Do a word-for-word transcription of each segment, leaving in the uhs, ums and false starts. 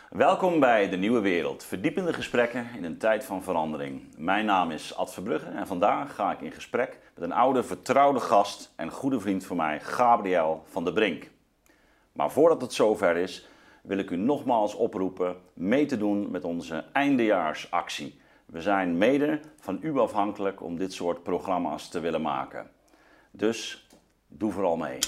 Welkom bij De Nieuwe Wereld, verdiepende gesprekken in een tijd van verandering. Mijn naam is Ad Verbrugge en vandaag ga ik in gesprek met een oude vertrouwde gast en goede vriend van mij, Gabriël van der Brink. Maar voordat het zover is, wil ik u nogmaals oproepen mee te doen met onze eindejaarsactie. We zijn mede van u afhankelijk om dit soort programma's te willen maken. Dus doe vooral mee.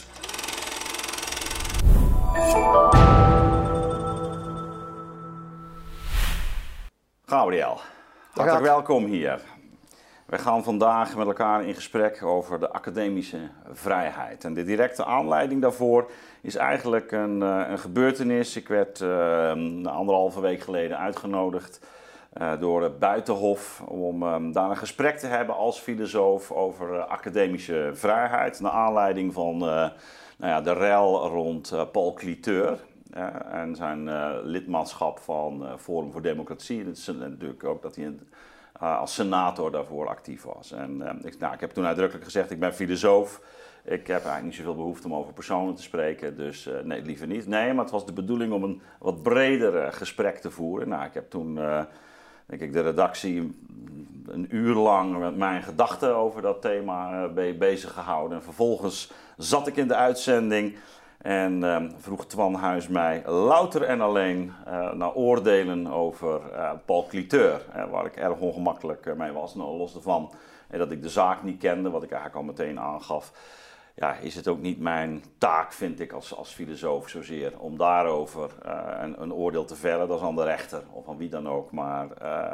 Gabriël, hartelijk welkom hier. We gaan vandaag met elkaar in gesprek over de academische vrijheid. En de directe aanleiding daarvoor is eigenlijk een, een gebeurtenis. Ik werd uh, een anderhalve week geleden uitgenodigd uh, door het Buitenhof om um, daar een gesprek te hebben als filosoof over uh, academische vrijheid. Naar aanleiding van uh, nou ja, de rel rond uh, Paul Cliteur. Uh, en zijn uh, lidmaatschap van uh, Forum voor Democratie. Het is natuurlijk ook dat hij een, uh, als senator daarvoor actief was. En uh, ik, nou, ik heb toen uitdrukkelijk gezegd, ik ben filosoof. Ik heb eigenlijk niet zoveel behoefte om over personen te spreken, dus uh, nee, liever niet. Nee, maar het was de bedoeling om een wat breder uh, gesprek te voeren. Nou, ik heb toen, uh, denk ik, de redactie een uur lang met mijn gedachten over dat thema uh, bezig gehouden. En vervolgens zat ik in de uitzending. En uh, vroeg Twan Huis mij louter en alleen uh, naar oordelen over uh, Paul Cliteur. Uh, waar ik erg ongemakkelijk uh, mee was. Nou, los ervan uh, dat ik de zaak niet kende, wat ik eigenlijk al meteen aangaf. Ja, is het ook niet mijn taak, vind ik, als, als filosoof zozeer, om daarover uh, een, een oordeel te vellen. Dat is aan de rechter, of aan wie dan ook. Maar uh,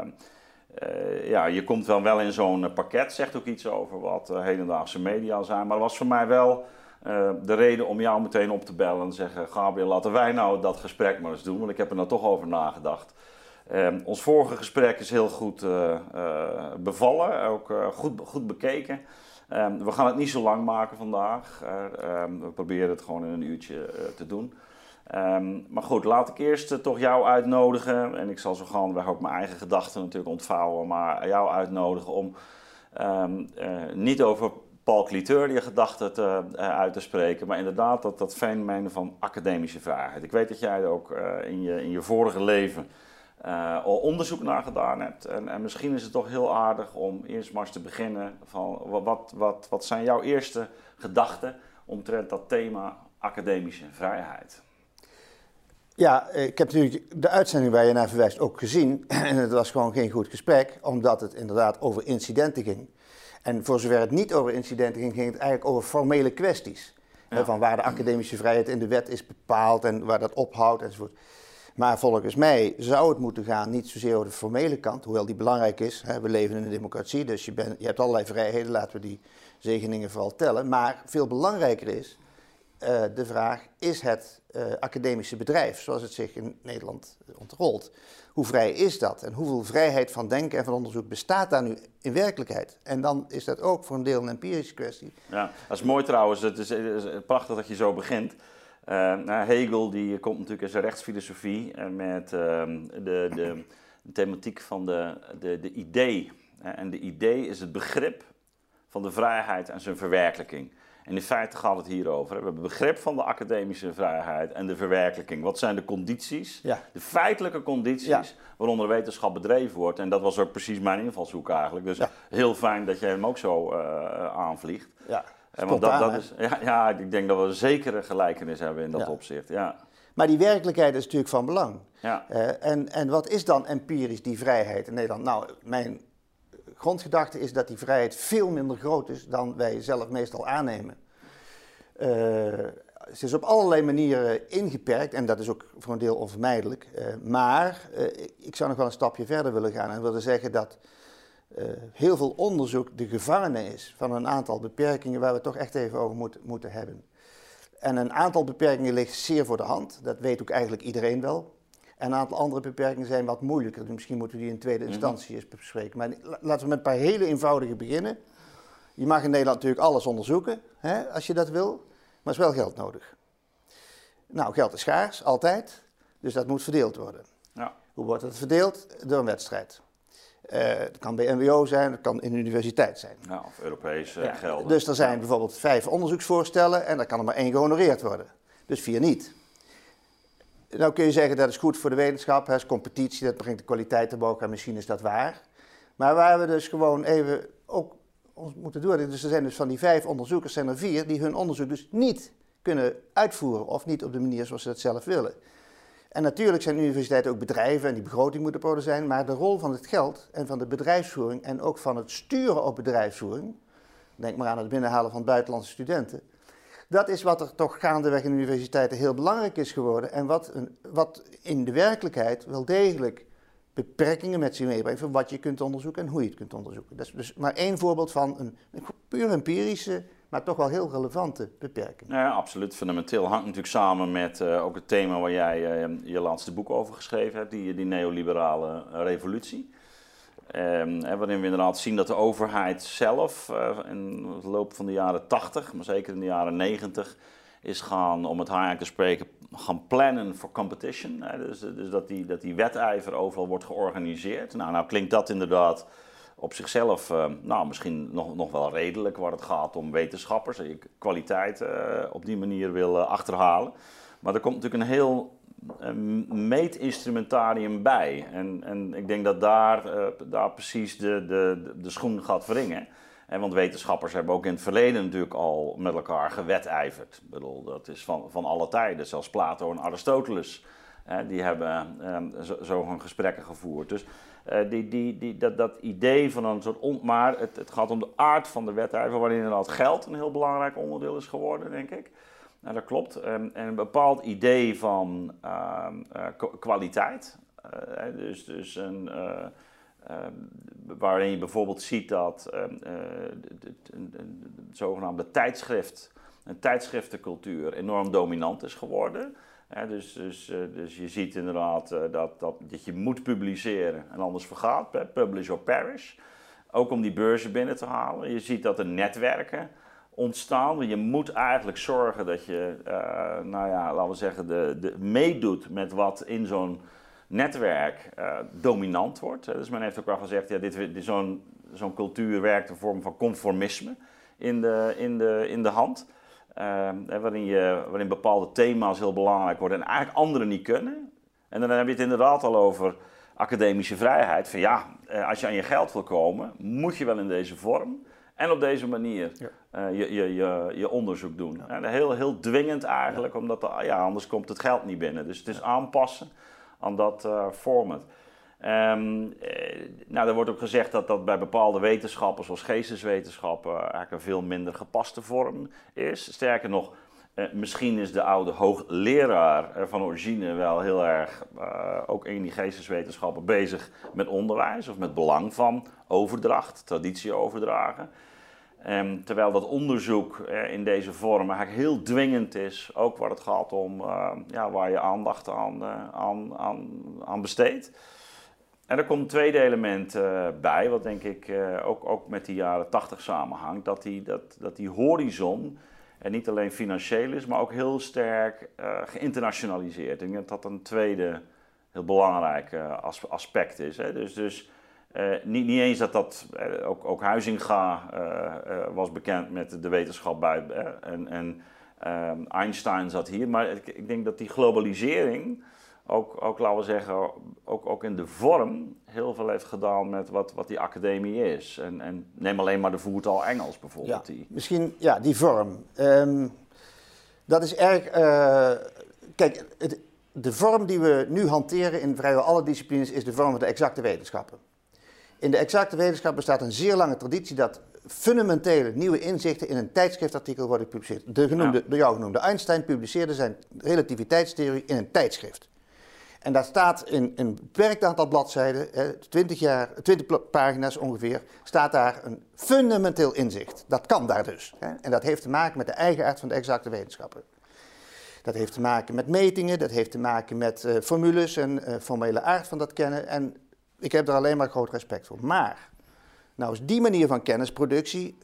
uh, ja, je komt wel, wel in zo'n pakket, zegt ook iets over wat uh, hedendaagse media zijn. Maar dat was voor mij wel Uh, de reden om jou meteen op te bellen en te zeggen: Gabriël, laten wij nou dat gesprek maar eens doen, want ik heb er nou toch over nagedacht. Uh, ons vorige gesprek is heel goed uh, uh, bevallen, ook uh, goed, goed bekeken. Uh, we gaan het niet zo lang maken vandaag. Uh, uh, we proberen het gewoon in een uurtje uh, te doen. Um, maar goed, laat ik eerst uh, toch jou uitnodigen. En ik zal zo gaandeweg ook mijn eigen gedachten natuurlijk ontvouwen, maar jou uitnodigen om um, uh, niet over Paul Cliteur die gedachten te, uh, uit te spreken, maar inderdaad dat, dat fenomeen van academische vrijheid. Ik weet dat jij er ook uh, in, je, in je vorige leven uh, al onderzoek naar gedaan hebt. En, en misschien is het toch heel aardig om eerst maar eens te beginnen van wat, wat, wat zijn jouw eerste gedachten omtrent dat thema academische vrijheid? Ja, ik heb natuurlijk de uitzending waar je naar verwijst ook gezien. En het was gewoon geen goed gesprek, omdat het inderdaad over incidenten ging. En voor zover het niet over incidenten ging, ging het eigenlijk over formele kwesties. Ja. Van waar de academische vrijheid in de wet is bepaald en waar dat ophoudt enzovoort. Maar volgens mij zou het moeten gaan niet zozeer over de formele kant, hoewel die belangrijk is. We leven in een democratie, dus je, bent, je hebt allerlei vrijheden, laten we die zegeningen vooral tellen. Maar veel belangrijker is uh, de vraag, is het uh, academische bedrijf, zoals het zich in Nederland ontrolt, hoe vrij is dat? En hoeveel vrijheid van denken en van onderzoek bestaat daar nu in werkelijkheid? En dan is dat ook voor een deel een empirische kwestie. Ja, dat is mooi trouwens. Het is, het is prachtig dat je zo begint. Uh, nou, Hegel die komt natuurlijk in zijn rechtsfilosofie uh, met uh, de, de, de thematiek van de, de, de idee. Uh, en de idee is het begrip van de vrijheid en zijn verwerkelijking. En in feite gaat het hierover. We hebben begrip van de academische vrijheid en de verwerkelijking. Wat zijn de condities, ja. de feitelijke condities ja. waaronder wetenschap bedreven wordt. En dat was ook precies mijn invalshoek eigenlijk. Dus ja. heel fijn dat jij hem ook zo uh, aanvliegt. Ja, uh, want dat, dat is, ja, ja, ik denk dat we een zekere gelijkenis hebben in dat ja. opzicht. Ja. Maar die werkelijkheid is natuurlijk van belang. Ja. Uh, en, en wat is dan empirisch die vrijheid in Nederland? Nou, mijn grondgedachte is dat die vrijheid veel minder groot is dan wij zelf meestal aannemen. Uh, ze is op allerlei manieren ingeperkt en dat is ook voor een deel onvermijdelijk. Uh, maar uh, ik zou nog wel een stapje verder willen gaan en willen zeggen dat uh, heel veel onderzoek de gevangene is van een aantal beperkingen waar we het toch echt even over moet, moeten hebben. En een aantal beperkingen ligt zeer voor de hand, dat weet ook eigenlijk iedereen wel. En een aantal andere beperkingen zijn wat moeilijker. Dus misschien moeten we die in tweede instantie eens bespreken. Maar laten we met een paar hele eenvoudige beginnen. Je mag in Nederland natuurlijk alles onderzoeken, hè, als je dat wil. Maar er is wel geld nodig. Nou, geld is schaars, altijd. Dus dat moet verdeeld worden. Ja. Hoe wordt dat verdeeld? Door een wedstrijd. Uh, het kan bij N W O zijn, het kan in de universiteit zijn. Ja, of Europese ja. gelden. Dus er zijn bijvoorbeeld vijf onderzoeksvoorstellen en daar kan er maar één gehonoreerd worden. Dus vier niet. Nou kun je zeggen dat is goed voor de wetenschap, dat is competitie, dat brengt de kwaliteit omhoog en misschien is dat waar. Maar waar we dus gewoon even ook ons moeten doen, dus er zijn dus van die vijf onderzoekers zijn er vier die hun onderzoek dus niet kunnen uitvoeren of niet op de manier zoals ze dat zelf willen. En natuurlijk zijn universiteiten ook bedrijven en die begroting moet op orde zijn, maar de rol van het geld en van de bedrijfsvoering en ook van het sturen op bedrijfsvoering, denk maar aan het binnenhalen van buitenlandse studenten, dat is wat er toch gaandeweg in de universiteiten heel belangrijk is geworden en wat, een, wat in de werkelijkheid wel degelijk beperkingen met zich meebrengt van wat je kunt onderzoeken en hoe je het kunt onderzoeken. Dat is dus maar één voorbeeld van een, een puur empirische, maar toch wel heel relevante beperking. Ja, absoluut. Fundamenteel hangt natuurlijk samen met uh, ook het thema waar jij uh, je laatste boek over geschreven hebt, die, die neoliberale revolutie. Um, waarin we inderdaad zien dat de overheid zelf uh, in de loop van de jaren tachtig, maar zeker in de jaren negentig, is gaan, om het haar te spreken, gaan plannen voor competition. Hè. Dus, dus dat, die, dat die wedijver overal wordt georganiseerd. Nou, nou klinkt dat inderdaad op zichzelf uh, nou, misschien nog, nog wel redelijk, waar het gaat om wetenschappers en je kwaliteit uh, op die manier wil uh, achterhalen. Maar er komt natuurlijk een heel een meetinstrumentarium bij. En, en ik denk dat daar, uh, daar precies de, de, de schoen gaat wringen. En want wetenschappers hebben ook in het verleden natuurlijk al met elkaar gewedijverd. Ik bedoel, dat is van, van alle tijden. Zelfs Plato en Aristoteles, hè, die hebben uh, zo, zo hun gesprekken gevoerd. Dus uh, die, die, die, dat, dat idee van een soort... On, maar het, het gaat om de aard van de wedijver, waarin inderdaad geld een heel belangrijk onderdeel is geworden, denk ik. Nou, dat klopt. En, en een bepaald idee van uh, uh, kwaliteit. Uh, dus, dus een, uh, uh, waarin je bijvoorbeeld ziet dat uh, een zogenaamde tijdschrift, een tijdschriftencultuur enorm dominant is geworden. Uh, dus, dus, uh, dus je ziet inderdaad uh, dat, dat, dat je moet publiceren en anders vergaat. Hè? Publish or perish. Ook om die beurzen binnen te halen. Je ziet dat er netwerken ontstaan. Je moet eigenlijk zorgen dat je, uh, nou ja, laten we zeggen, de, de, meedoet met wat in zo'n netwerk uh, dominant wordt. Dus men heeft ook wel gezegd, ja, dit, dit, zo'n, zo'n cultuur werkt een vorm van conformisme in de, in de, in de hand. Uh, waarin, je, waarin bepaalde thema's heel belangrijk worden en eigenlijk anderen niet kunnen. En dan heb je het inderdaad al over academische vrijheid. Van ja, als je aan je geld wil komen, moet je wel in deze vorm en op deze manier ja. uh, je, je, je, je onderzoek doen. Ja. En heel, heel dwingend eigenlijk, ja. omdat ja, anders komt het geld niet binnen. Dus het is aanpassen aan dat uh, format. Um, eh, nou, er wordt ook gezegd dat dat bij bepaalde wetenschappen, zoals geesteswetenschappen, uh, eigenlijk een veel minder gepaste vorm is. Sterker nog, uh, misschien is de oude hoogleraar uh, van origine wel heel erg, uh, ook in die geesteswetenschappen, bezig met onderwijs of met belang van overdracht, traditie overdragen. Um, terwijl dat onderzoek uh, in deze vorm eigenlijk heel dwingend is, ook waar het gaat om uh, ja, waar je aandacht aan, uh, aan, aan, aan besteedt. En er komt een tweede element uh, bij, wat denk ik uh, ook, ook met die jaren tachtig samenhangt, dat die, dat, dat die horizon er niet alleen financieel is, maar ook heel sterk uh, geïnternationaliseerd. Ik denk dat dat een tweede heel belangrijk uh, as, aspect is. Hè. Dus, dus uh, niet, niet eens dat dat, uh, ook, ook Huizinga uh, uh, was bekend met de wetenschap bij, uh, en, en uh, Einstein zat hier, maar ik, ik denk dat die globalisering Ook, ook, laten we zeggen, ook, ook in de vorm heel veel heeft gedaan met wat, wat die academie is. En, en neem alleen maar de voertaal Engels bijvoorbeeld. Ja, die. Misschien, ja, die vorm. Um, dat is erg, uh, kijk, het, de vorm die we nu hanteren in vrijwel alle disciplines is de vorm van de exacte wetenschappen. In de exacte wetenschap bestaat een zeer lange traditie dat fundamentele nieuwe inzichten in een tijdschriftartikel worden gepubliceerd. De genoemde, ja. door jou genoemde Einstein publiceerde zijn relativiteitstheorie in een tijdschrift. En daar staat in een beperkt aantal bladzijden, twintig, jaar, twintig pagina's ongeveer, staat daar een fundamenteel inzicht. Dat kan daar dus. Hè? En dat heeft te maken met de eigenaard van de exacte wetenschappen. Dat heeft te maken met metingen, dat heeft te maken met uh, formules en uh, formele aard van dat kennen. En ik heb er alleen maar groot respect voor. Maar, nou is die manier van kennisproductie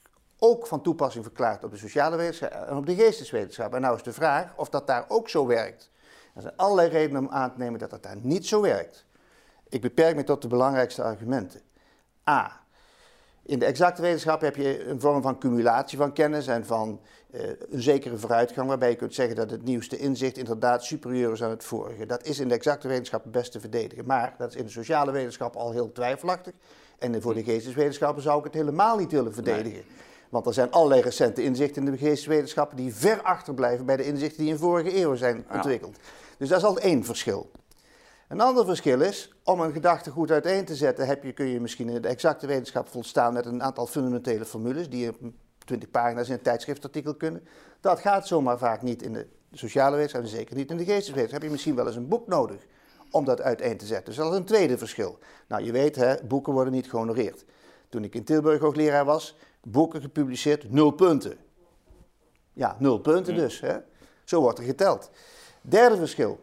ook van toepassing verklaard op de sociale wetenschap en op de geesteswetenschap. En nou is de vraag of dat daar ook zo werkt. Er zijn allerlei redenen om aan te nemen dat dat daar niet zo werkt. Ik beperk me tot de belangrijkste argumenten. A. In de exacte wetenschap heb je een vorm van cumulatie van kennis en van uh, een zekere vooruitgang, waarbij je kunt zeggen dat het nieuwste inzicht inderdaad superieur is aan het vorige. Dat is in de exacte wetenschap het best te verdedigen, maar dat is in de sociale wetenschap al heel twijfelachtig. En voor de geesteswetenschappen zou ik het helemaal niet willen verdedigen. Nee. Want er zijn allerlei recente inzichten in de geesteswetenschappen die ver achterblijven bij de inzichten die in vorige eeuwen zijn ontwikkeld. Ja. Dus dat is al één verschil. Een ander verschil is, om een gedachte goed uiteen te zetten, heb je, kun je misschien in de exacte wetenschap volstaan met een aantal fundamentele formules die op twintig pagina's in een tijdschriftartikel kunnen. Dat gaat zomaar vaak niet in de sociale wetenschap en zeker niet in de geesteswetenschap. Heb je misschien wel eens een boek nodig om dat uiteen te zetten. Dus dat is een tweede verschil. Nou, je weet, hè, boeken worden niet gehonoreerd. Toen ik in Tilburg hoogleraar was, boeken gepubliceerd, nul punten. Ja, nul punten dus. Hè. Zo wordt er geteld. Derde verschil.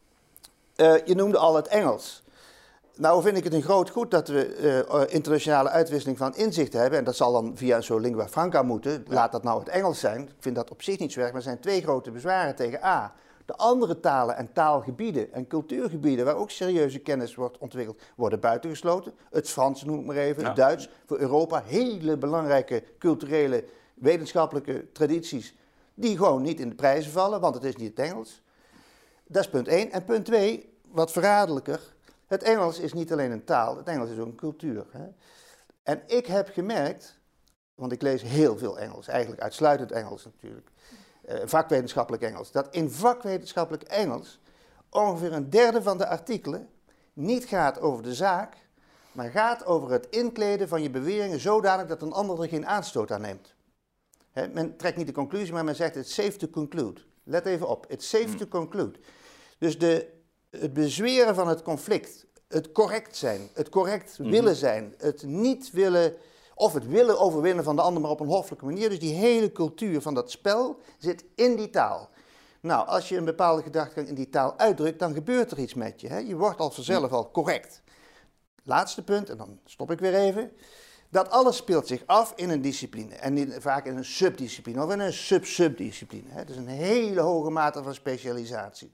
Uh, je noemde al het Engels. Nou vind ik het een groot goed dat we uh, internationale uitwisseling van inzichten hebben. En dat zal dan via zo'n lingua franca moeten. Laat dat nou het Engels zijn. Ik vind dat op zich niet zo erg. Maar er zijn twee grote bezwaren tegen A. De andere talen en taalgebieden en cultuurgebieden waar ook serieuze kennis wordt ontwikkeld, worden buitengesloten. Het Frans noem ik maar even, ja. Het Duits. Voor Europa hele belangrijke culturele, wetenschappelijke tradities die gewoon niet in de prijzen vallen, want het is niet het Engels. Dat is punt één. En punt twee, wat verraderlijker, het Engels is niet alleen een taal, het Engels is ook een cultuur. Hè? En ik heb gemerkt, want ik lees heel veel Engels, eigenlijk uitsluitend Engels natuurlijk, uh, vakwetenschappelijk Engels, dat in vakwetenschappelijk Engels ongeveer een derde van de artikelen niet gaat over de zaak, maar gaat over het inkleden van je beweringen zodanig dat een ander er geen aanstoot aan neemt. Hè? Men trekt niet de conclusie, maar men zegt it's safe to conclude. Let even op, it's safe to conclude. Dus de, het bezweren van het conflict, het correct zijn, het correct mm-hmm. willen zijn, het niet willen, of het willen overwinnen van de ander, maar op een hoffelijke manier. Dus die hele cultuur van dat spel zit in die taal. Nou, als je een bepaalde gedachtegang in die taal uitdrukt, dan gebeurt er iets met je. Hè? Je wordt al vanzelf al correct. Laatste punt, en dan stop ik weer even. Dat alles speelt zich af in een discipline en niet, vaak in een subdiscipline of in een sub-subdiscipline. Het is een hele hoge mate van specialisatie.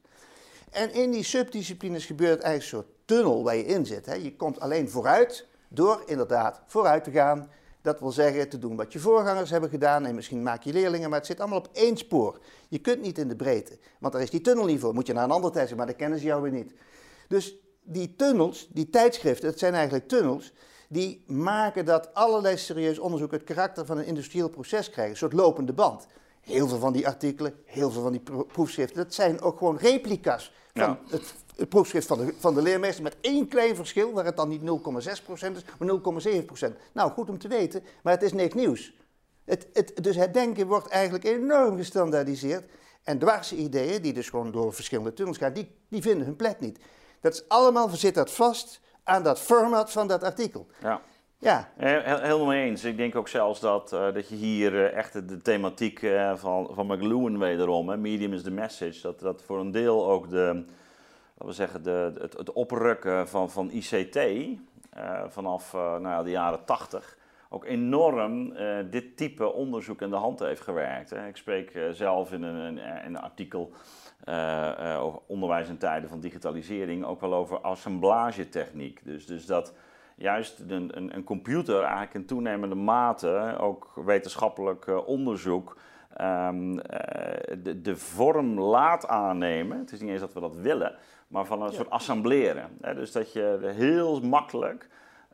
En in die subdisciplines gebeurt eigenlijk een soort tunnel waar je in zit. Hè. Je komt alleen vooruit door inderdaad vooruit te gaan. Dat wil zeggen te doen wat je voorgangers hebben gedaan en misschien maak je leerlingen, maar het zit allemaal op één spoor. Je kunt niet in de breedte, want daar is die tunnel niet voor. Moet je naar een ander tijdschrift, maar dat kennen ze jou weer niet. Dus die tunnels, die tijdschriften, het zijn eigenlijk tunnels, die maken dat allerlei serieus onderzoek het karakter van een industrieel proces krijgen. Een soort lopende band. Heel veel van die artikelen, heel veel van die proefschriften, dat zijn ook gewoon replica's van ja. het, het proefschrift van de, van de leermeester met één klein verschil, waar het dan niet nul komma zes procent is, maar nul komma zeven procent. Nou, goed om te weten, maar het is niks nieuws. Het, het, dus het denken wordt eigenlijk enorm gestandaardiseerd en dwarse ideeën, die dus gewoon door verschillende tunnels gaan, die, die vinden hun plek niet. Dat is allemaal, zit dat vast aan dat format van dat artikel. Ja. Ja. Helemaal mee eens. Ik denk ook zelfs dat, uh, dat je hier uh, echt de, de thematiek uh, van, van McLuhan wederom, hè, medium is the message, dat, dat voor een deel ook de, laten we zeggen, de, het, het oprukken van, van I C T uh, vanaf uh, nou ja, de jaren tachtig ook enorm uh, dit type onderzoek in de hand heeft gewerkt. Hè. Ik spreek uh, zelf in een, een, een artikel uh, uh, over onderwijs in tijden van digitalisering ook wel over assemblagetechniek. Dus, dus dat juist een, een, een computer eigenlijk in toenemende mate, ook wetenschappelijk uh, onderzoek, um, uh, de, de vorm laat aannemen. Het is niet eens dat we dat willen, maar van een ja. soort assembleren. Hè? Dus dat je heel makkelijk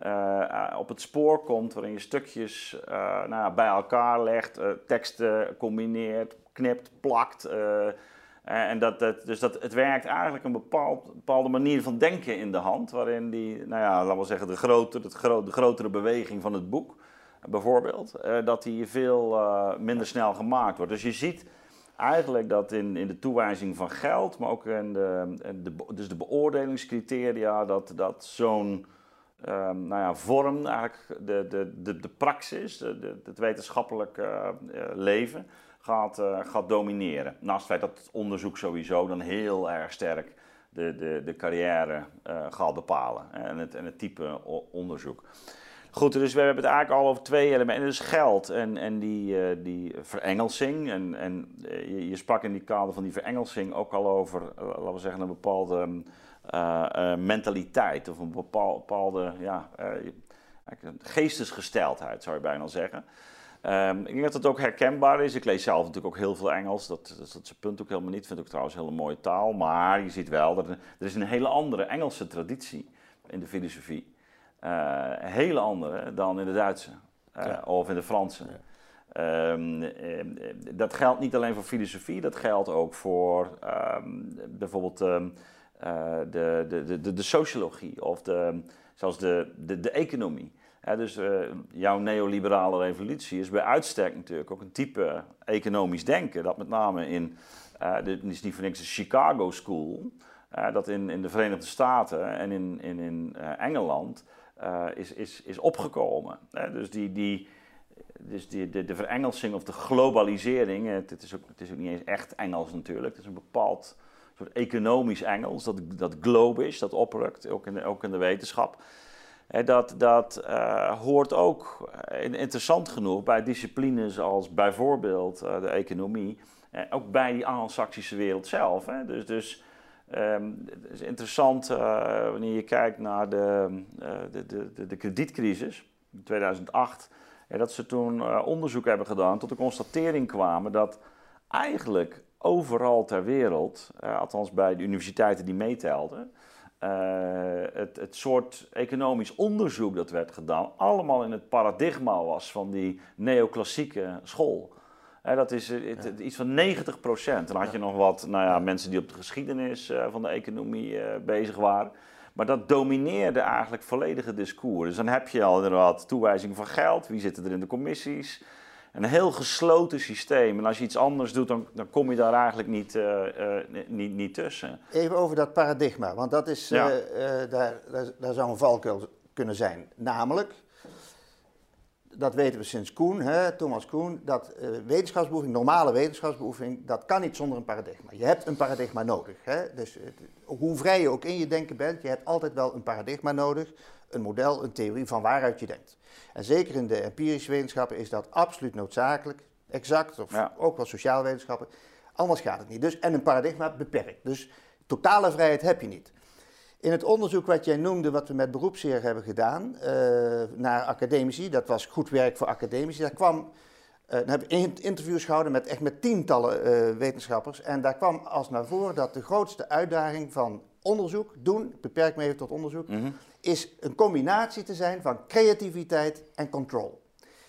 uh, op het spoor komt waarin je stukjes uh, nou ja, bij elkaar legt, uh, teksten combineert, knipt, plakt. Uh, En dat, dat, dus dat, het werkt eigenlijk een bepaald, bepaalde manier van denken in de hand, waarin die, nou ja, laten we zeggen, de, grote, het gro de grotere beweging van het boek, bijvoorbeeld, uh, dat die veel uh, minder snel gemaakt wordt. Dus je ziet eigenlijk dat in, in de toewijzing van geld, maar ook in de, de, dus de beoordelingscriteria, dat, dat zo'n um, nou ja, vorm, eigenlijk de, de, de, de praxis, de, de, het wetenschappelijke uh, leven, Gaat, uh, gaat domineren. Naast het feit dat het onderzoek sowieso dan heel erg sterk de, de, de carrière uh, gaat bepalen en het, en het type onderzoek. Goed, dus we hebben het eigenlijk al over twee elementen. Dus geld en, en die, uh, die verengelsing. En, en je, je sprak in die kader van die verengelsing ook al over, uh, laten we zeggen, een bepaalde uh, uh, mentaliteit of een bepaal, bepaalde ja, uh, geestesgesteldheid, zou je bijna zeggen. Um, ik denk dat het ook herkenbaar is. Ik lees zelf natuurlijk ook heel veel Engels. Dat, dat, dat is het punt ook helemaal niet. Ik vind het ook trouwens een hele mooie taal. Maar je ziet wel dat er, er is een hele andere Engelse traditie in de filosofie. Uh, een hele andere dan in de Duitse uh, ja. of in de Franse. Ja. Um, um, dat geldt niet alleen voor filosofie. Dat geldt ook voor um, bijvoorbeeld um, uh, de, de, de, de sociologie of de, zelfs de, de, de economie. Ja, dus uh, jouw neoliberale revolutie is bij uitstek natuurlijk ook een type economisch denken. Dat met name in, uh, dit is niet voor niks de Chicago School, uh, dat in, in de Verenigde Staten en in, in, in uh, Engeland uh, is, is, is opgekomen. Uh, dus die, die, dus die, de, de verengelsing of de globalisering, uh, het, is ook, het is ook niet eens echt Engels natuurlijk, het is een bepaald soort economisch Engels, dat, dat globish, dat oprukt, ook in de, ook in de wetenschap. He, dat dat uh, hoort ook, uh, interessant genoeg, bij disciplines als bijvoorbeeld uh, de economie, uh, ook bij die Anglo-Saxische wereld zelf. Hè. Dus, dus um, het is interessant uh, wanneer je kijkt naar de, uh, de, de, de, de kredietcrisis in tweeduizend acht, uh, dat ze toen uh, onderzoek hebben gedaan, tot de constatering kwamen dat eigenlijk overal ter wereld, uh, althans bij de universiteiten die meetelden, Uh, het, het soort economisch onderzoek dat werd gedaan, allemaal in het paradigma was van die neoclassieke school. Uh, dat is het, het, iets van negentig procent. Dan had je nog wat nou ja, mensen die op de geschiedenis uh, van de economie uh, bezig waren. Maar dat domineerde eigenlijk volledige discours. Dus dan heb je al inderdaad toewijzing van geld, wie zitten er in de commissies. Een heel gesloten systeem. En als je iets anders doet, dan, dan kom je daar eigenlijk niet, uh, uh, niet, niet tussen. Even over dat paradigma, want dat is, ja. uh, uh, daar, daar, daar zou een valkuil kunnen zijn. Namelijk, dat weten we sinds Kuhn, hè, Thomas Kuhn, dat uh, wetenschapsbeoefening, normale wetenschapsbeoefening, dat kan niet zonder een paradigma. Je hebt een paradigma nodig. Hè? Dus uh, hoe vrij je ook in je denken bent, je hebt altijd wel een paradigma nodig. Een model, een theorie van waaruit je denkt. En zeker in de empirische wetenschappen is dat absoluut noodzakelijk, exact, of ja. ook wel sociale wetenschappen. Anders gaat het niet. Dus, en een paradigma beperkt. Dus totale vrijheid heb je niet. In het onderzoek wat jij noemde, wat we met beroepsheer hebben gedaan, uh, naar academici, dat was goed werk voor academici, daar kwam, uh, dan hebben we interviews gehouden met echt met tientallen uh, wetenschappers. En daar kwam als naar voren dat de grootste uitdaging van onderzoek doen, ik beperk me even tot onderzoek, mm-hmm. is een combinatie te zijn van creativiteit en control.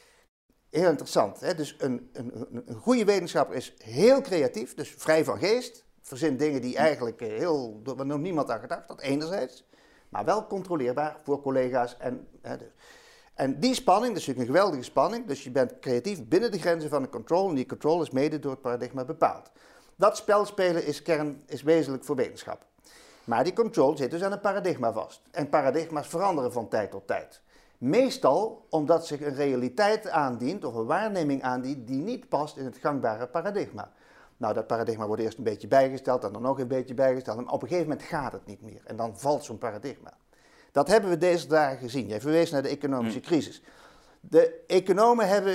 Heel interessant. Hè? Dus een, een, een goede wetenschapper is heel creatief, dus vrij van geest. Verzint dingen die eigenlijk heel, door nog niemand aan gedacht had, enerzijds. Maar wel controleerbaar voor collega's. En, hè, dus. en die spanning, dat is natuurlijk een geweldige spanning. Dus je bent creatief binnen de grenzen van de controle. En die controle is mede door het paradigma bepaald. Dat spel spelen is, kern, is wezenlijk voor wetenschap. Maar die controle zit dus aan een paradigma vast. En paradigma's veranderen van tijd tot tijd. Meestal omdat zich een realiteit aandient of een waarneming aandient die niet past in het gangbare paradigma. Nou, dat paradigma wordt eerst een beetje bijgesteld en dan nog een beetje bijgesteld. En op een gegeven moment gaat het niet meer. En dan valt zo'n paradigma. Dat hebben we deze dagen gezien. Jij verwees naar de economische crisis. De economen hebben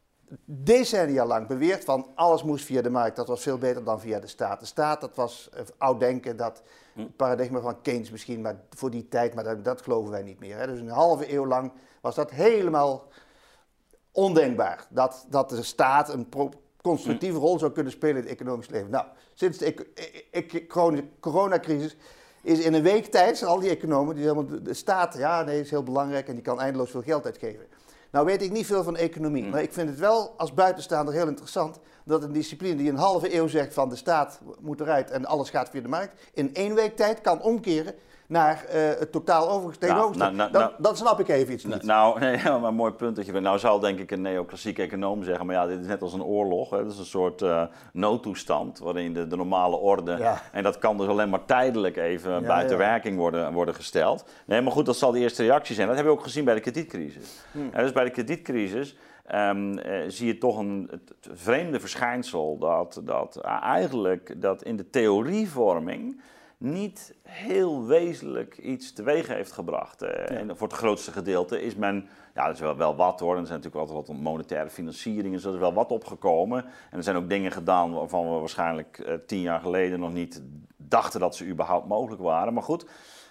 decennia lang beweerd van alles moest via de markt. Dat was veel beter dan via de staat. De staat, dat was uh, oud denken, dat paradigma van Keynes misschien, maar voor die tijd, maar dat, dat geloven wij niet meer. Hè. Dus een halve eeuw lang was dat helemaal ondenkbaar. Dat, dat de staat een pro- constructieve rol zou kunnen spelen in het economisch leven. Nou, sinds de e- e- coronacrisis is in een week tijd, zijn al die economen, die helemaal de, de staat, ja nee, is heel belangrijk en die kan eindeloos veel geld uitgeven. Nou weet ik niet veel van economie, maar ik vind het wel als buitenstaander heel interessant dat een discipline die een halve eeuw zegt van de staat moet eruit en alles gaat via de markt, in één week tijd kan omkeren naar uh, het totaal overgestegen. Nou, nou, nou, dan, nou, dan snap ik even iets niet. Nou, nee, maar een mooi punt dat je bent. Nou zal denk ik een neoclassiek econoom zeggen, maar ja, dit is net als een oorlog. Hè. Dat is een soort uh, noodtoestand waarin de, de normale orde, ja. en dat kan dus alleen maar tijdelijk even ja, buiten ja. werking worden, worden gesteld. Nee, maar goed, dat zal de eerste reactie zijn. Dat hebben we ook gezien bij de kredietcrisis. Hmm. En dus bij de kredietcrisis Um, uh, zie je toch een het, het vreemde verschijnsel dat, dat uh, eigenlijk dat in de theorievorming niet heel wezenlijk iets teweeg heeft gebracht. Uh, ja. En voor het grootste gedeelte is men, ja dat is wel, wel wat hoor, er zijn natuurlijk altijd wat monetaire financiering, dus er is wel wat opgekomen. En er zijn ook dingen gedaan waarvan we waarschijnlijk uh, tien jaar geleden nog niet dachten dat ze überhaupt mogelijk waren. Maar goed,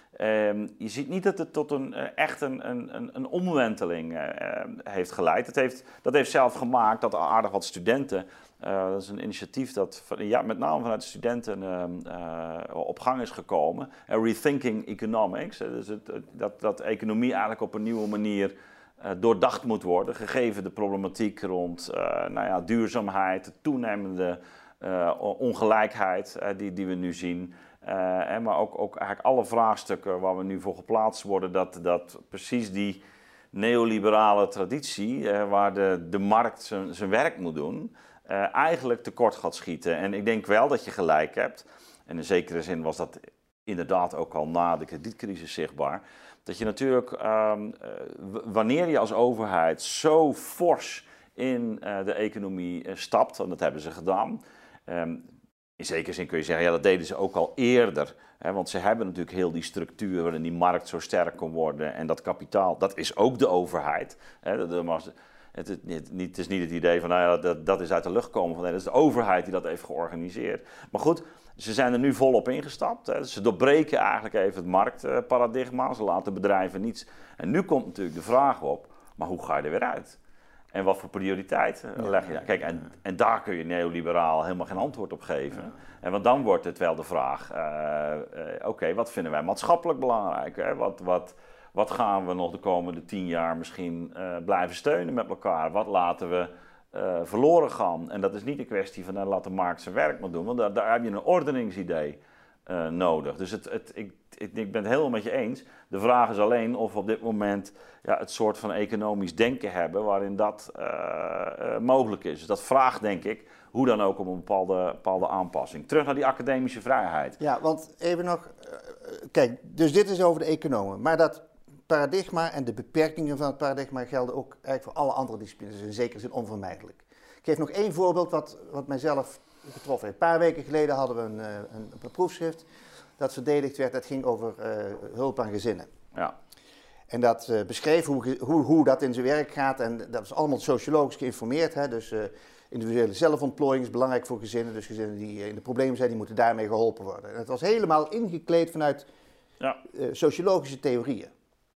Um, je ziet niet dat het tot een, uh, echt een, een, een omwenteling uh, heeft geleid. Het heeft, dat heeft zelf gemaakt dat aardig wat studenten, uh, dat is een initiatief dat van, ja, met name vanuit de studenten uh, uh, op gang is gekomen. Uh, Rethinking Economics, uh, dus het, dat, dat economie eigenlijk op een nieuwe manier uh, doordacht moet worden, gegeven de problematiek rond uh, nou ja, duurzaamheid, de toenemende uh, ongelijkheid uh, die, die we nu zien. Uh, en maar ook, ook eigenlijk alle vraagstukken waar we nu voor geplaatst worden, dat, dat precies die neoliberale traditie, uh, waar de, de markt zijn, zijn werk moet doen, uh, eigenlijk tekort gaat schieten. En ik denk wel dat je gelijk hebt, en in zekere zin was dat inderdaad ook al na de kredietcrisis zichtbaar, dat je natuurlijk, um, uh, wanneer je als overheid zo fors in uh, de economie uh, stapt, en dat hebben ze gedaan, um, in zekere zin kun je zeggen, ja, dat deden ze ook al eerder. Hè, want ze hebben natuurlijk heel die structuur waarin die markt zo sterk kan worden. En dat kapitaal, dat is ook de overheid. Hè, dat, dat, het, het, het, het is niet het idee van, nou ja, dat, dat is uit de lucht gekomen. Van, nee, dat is de overheid die dat heeft georganiseerd. Maar goed, ze zijn er nu volop ingestapt. Hè. Ze doorbreken eigenlijk even het marktparadigma. Ze laten bedrijven niets. En nu komt natuurlijk de vraag op, maar hoe ga je er weer uit? En wat voor prioriteiten ja, leg je daar? Kijk, en, en daar kun je neoliberaal helemaal geen antwoord op geven. Ja. En want dan wordt het wel de vraag, uh, uh, oké, okay, wat vinden wij maatschappelijk belangrijk? Hè? Wat, wat, wat gaan we nog de komende tien jaar misschien uh, blijven steunen met elkaar? Wat laten we uh, verloren gaan? En dat is niet een kwestie van, nou, laat de markt zijn werk maar doen, want daar, daar heb je een ordeningsidee uh, nodig. Dus het, het, ik, ik, ik ben het helemaal met je eens. De vraag is alleen of we op dit moment ja, het soort van economisch denken hebben waarin dat uh, uh, mogelijk is. Dus dat vraagt, denk ik, hoe dan ook om een bepaalde, bepaalde aanpassing. Terug naar die academische vrijheid. Ja, want even nog, uh, kijk, dus dit is over de economen. Maar dat paradigma en de beperkingen van het paradigma gelden ook eigenlijk voor alle andere disciplines. Dus in zekere zin onvermijdelijk. Ik geef nog één voorbeeld wat, wat mijzelf getroffen heeft. Een paar weken geleden hadden we een, een, een proefschrift dat verdedigd werd. Dat ging over uh, hulp aan gezinnen. Ja. En dat uh, beschreef hoe, hoe, hoe dat in zijn werk gaat. En dat was allemaal sociologisch geïnformeerd. Hè? Dus uh, individuele zelfontplooiing is belangrijk voor gezinnen. Dus gezinnen die in de problemen zijn, die moeten daarmee geholpen worden. En het was helemaal ingekleed vanuit ja. uh, sociologische theorieën.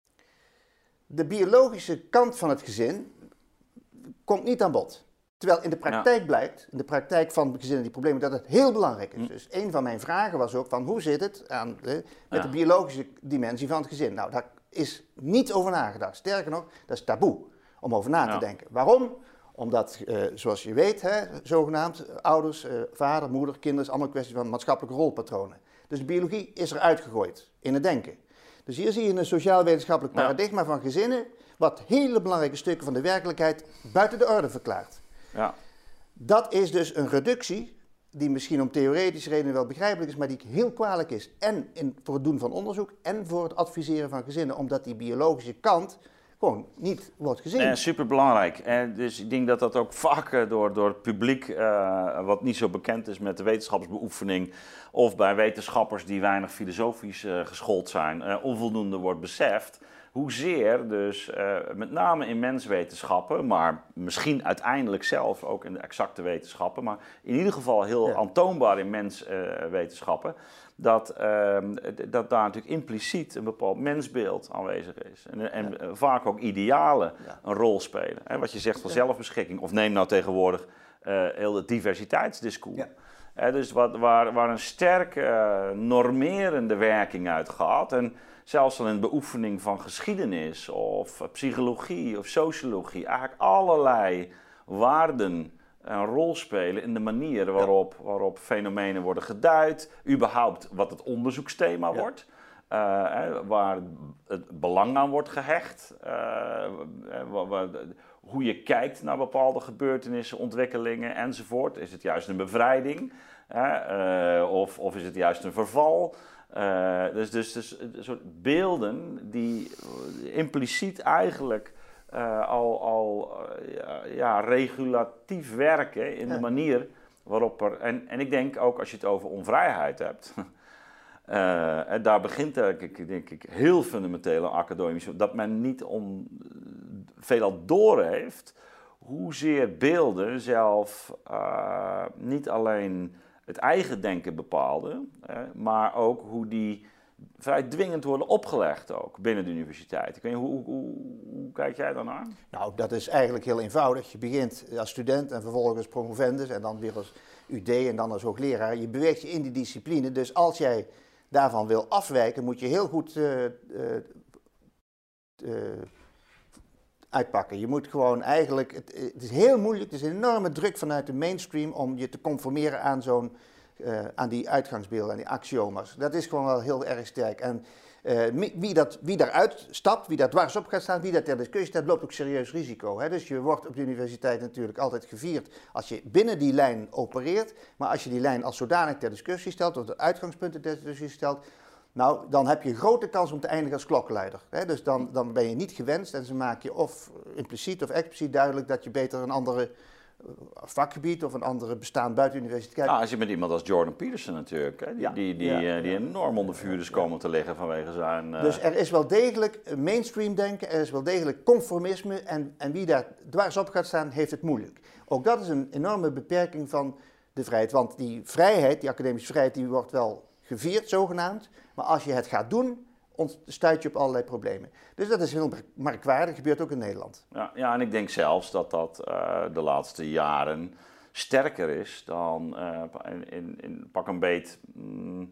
De biologische kant van het gezin komt niet aan bod. Terwijl in de praktijk ja. blijkt, in de praktijk van gezinnen die problemen, dat het heel belangrijk is. Hm. Dus een van mijn vragen was ook van hoe zit het aan de, met ja. de biologische dimensie van het gezin? Nou, daar is niet over nagedacht. Sterker nog, dat is taboe om over na te ja. denken. Waarom? Omdat, uh, zoals je weet, hè, zogenaamd, ouders, uh, vader, moeder, kinderen, is allemaal een kwestie van maatschappelijke rolpatronen. Dus de biologie is er uitgegooid in het denken. Dus hier zie je een sociaal-wetenschappelijk paradigma ja. van gezinnen, wat hele belangrijke stukken van de werkelijkheid buiten de orde verklaart. Ja. Dat is dus een reductie die misschien om theoretische redenen wel begrijpelijk is, maar die heel kwalijk is. En in, voor het doen van onderzoek en voor het adviseren van gezinnen, omdat die biologische kant gewoon niet wordt gezien. Eh, superbelangrijk. En dus ik denk dat dat ook vaak door, door het publiek, uh, wat niet zo bekend is met de wetenschapsbeoefening, of bij wetenschappers die weinig filosofisch uh, geschoold zijn, uh, onvoldoende wordt beseft. Hoezeer dus, uh, met name in menswetenschappen, maar misschien uiteindelijk zelf ook in de exacte wetenschappen, maar in ieder geval heel ja. aantoonbaar in menswetenschappen, uh, dat, uh, dat daar natuurlijk impliciet een bepaald mensbeeld aanwezig is. En, en ja. vaak ook idealen ja. een rol spelen. Hè? Wat je zegt van zelfbeschikking, of neem nou tegenwoordig uh, heel het diversiteitsdiscours. Ja. Hè, dus wat, waar, waar een sterke uh, normerende werking uit gaat. En zelfs al in de beoefening van geschiedenis of psychologie of sociologie, eigenlijk allerlei waarden een rol spelen in de manier waarop, waarop fenomenen worden geduid, überhaupt wat het onderzoeksthema ja. wordt, uh, waar het belang aan wordt gehecht, uh, hoe je kijkt naar bepaalde gebeurtenissen, ontwikkelingen enzovoort. Is het juist een bevrijding uh, of, of is het juist een verval? Uh, dus, dus, dus een soort beelden die impliciet eigenlijk uh, al, al uh, ja, regulatief werken in ja. de manier waarop er... En, en ik denk ook als je het over onvrijheid hebt, uh, en daar begint eigenlijk, denk ik, heel fundamenteel academisch, dat men niet on, veelal doorheeft hoezeer beelden zelf uh, niet alleen het eigen denken bepaalde, eh, maar ook hoe die vrij dwingend worden opgelegd ook binnen de universiteit. Ik weet niet, hoe, hoe, hoe kijk jij daarnaar? Nou, dat is eigenlijk heel eenvoudig. Je begint als student en vervolgens promovendus en dan weer als U D en dan als hoogleraar. Je beweegt je in die discipline, dus als jij daarvan wil afwijken, moet je heel goed uh, uh, uh, uitpakken. Je moet gewoon eigenlijk, het, het is heel moeilijk, het is een enorme druk vanuit de mainstream om je te conformeren aan zo'n, uh, aan die uitgangsbeelden, aan die axioma's. Dat is gewoon wel heel erg sterk. En uh, wie, dat, wie daaruit stapt, wie daar dwars op gaat staan, wie daar ter discussie staat, loopt ook serieus risico. Hè? Dus je wordt op de universiteit natuurlijk altijd gevierd als je binnen die lijn opereert, maar als je die lijn als zodanig ter discussie stelt, of de uitgangspunten ter discussie stelt, nou, dan heb je grote kans om te eindigen als klokkenluider. Hè? Dus dan, dan ben je niet gewenst en ze maken je of impliciet of expliciet duidelijk dat je beter een andere vakgebied of een andere bestaan buiten de universiteit. Nou, als je met iemand als Jordan Peterson natuurlijk, hè, die, ja, die, die, ja, die enorm onder vuur is komen te liggen vanwege zijn... Uh... Dus er is wel degelijk mainstream denken, er is wel degelijk conformisme en, en wie daar dwars op gaat staan, heeft het moeilijk. Ook dat is een enorme beperking van de vrijheid, want die vrijheid, die academische vrijheid, die wordt wel gevierd zogenaamd, maar als je het gaat doen, stuit je op allerlei problemen. Dus dat is heel merkwaardig, gebeurt ook in Nederland. Ja, ja, en ik denk zelfs dat dat uh, de laatste jaren sterker is dan uh, in, in, in pak een beet mm,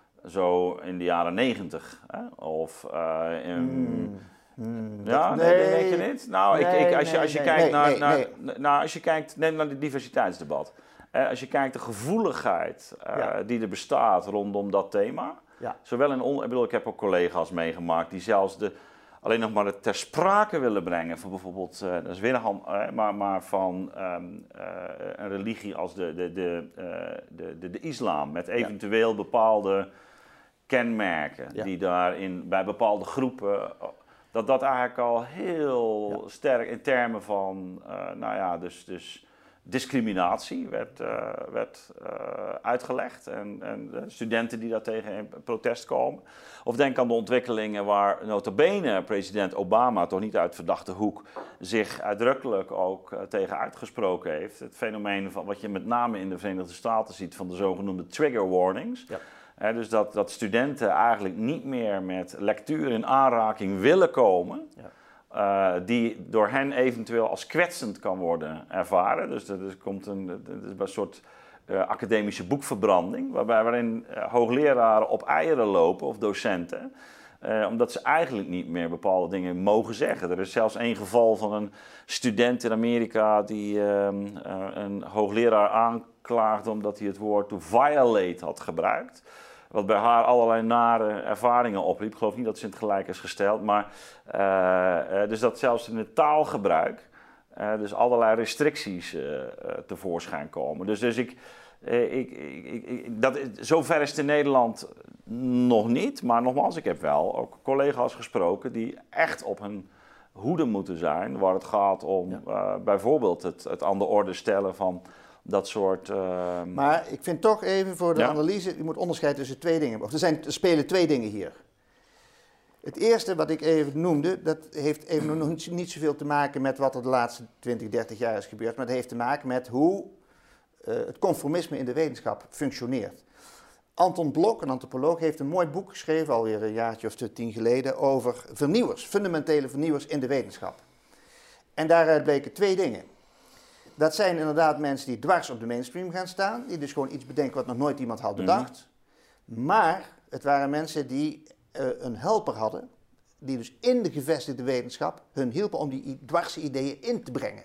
zo in de jaren negentig. Hè? Of uh, in... Mm. Hmm, ja, dat, nee, nee, denk je niet? Nou, nee, ik, ik, als je, als je nee, kijkt nee, naar, nee, naar, nee. naar, als je kijkt, neem naar het diversiteitsdebat. Eh, als je kijkt de gevoeligheid uh, ja. die er bestaat rondom dat thema. Ja. Zowel in on, ik bedoel, ik heb ook collega's meegemaakt die zelfs de, alleen nog maar het ter sprake willen brengen van bijvoorbeeld, uh, dat is weer een hand, uh, maar, maar van um, uh, een religie als de, de, de, uh, de, de, de islam, met eventueel ja. bepaalde kenmerken ja. die daarin bij bepaalde groepen, dat dat eigenlijk al heel ja. sterk in termen van, uh, nou ja, dus, dus discriminatie werd, uh, werd uh, uitgelegd en, en de studenten die daar tegen in protest komen. Of denk aan de ontwikkelingen waar nota bene president Obama, toch niet uit verdachte hoek, zich uitdrukkelijk ook uh, tegen uitgesproken heeft. Het fenomeen van wat je met name in de Verenigde Staten ziet van de zogenoemde trigger warnings. Ja. He, dus dat, dat studenten eigenlijk niet meer met lectuur in aanraking willen komen. Ja. Uh, die door hen eventueel als kwetsend kan worden ervaren. Dus er komt een, een soort uh, academische boekverbranding, waarbij, waarin uh, hoogleraren op eieren lopen, of docenten, uh, omdat ze eigenlijk niet meer bepaalde dingen mogen zeggen. Er is zelfs één geval van een student in Amerika die uh, uh, een hoogleraar aanklaagde omdat hij het woord to violate had gebruikt. Wat bij haar allerlei nare ervaringen opliep. Ik geloof niet dat ze in het gelijk is gesteld. Maar, uh, uh, dus dat zelfs in het taalgebruik uh, dus allerlei restricties uh, uh, tevoorschijn komen. Dus, dus ik, uh, ik, ik, ik, dat, zover is het in Nederland nog niet. Maar nogmaals, ik heb wel ook collega's gesproken die echt op hun hoede moeten zijn. Waar het gaat om ja. uh, bijvoorbeeld het, het aan de orde stellen van dat soort... Uh... Maar ik vind toch even voor de ja. analyse, je moet onderscheiden tussen twee dingen. Of er, zijn, er spelen twee dingen hier. Het eerste wat ik even noemde, dat heeft even nog niet, niet zoveel te maken met wat er de laatste twintig, dertig jaar is gebeurd. Maar dat heeft te maken met hoe uh, het conformisme in de wetenschap functioneert. Anton Blok, een antropoloog, heeft een mooi boek geschreven, alweer een jaartje of tien geleden, over vernieuwers, fundamentele vernieuwers in de wetenschap. En daaruit bleken twee dingen. Dat zijn inderdaad mensen die dwars op de mainstream gaan staan, die dus gewoon iets bedenken wat nog nooit iemand had bedacht. Mm-hmm. Maar het waren mensen die uh, een helper hadden, die dus in de gevestigde wetenschap hun hielpen om die dwarse ideeën in te brengen.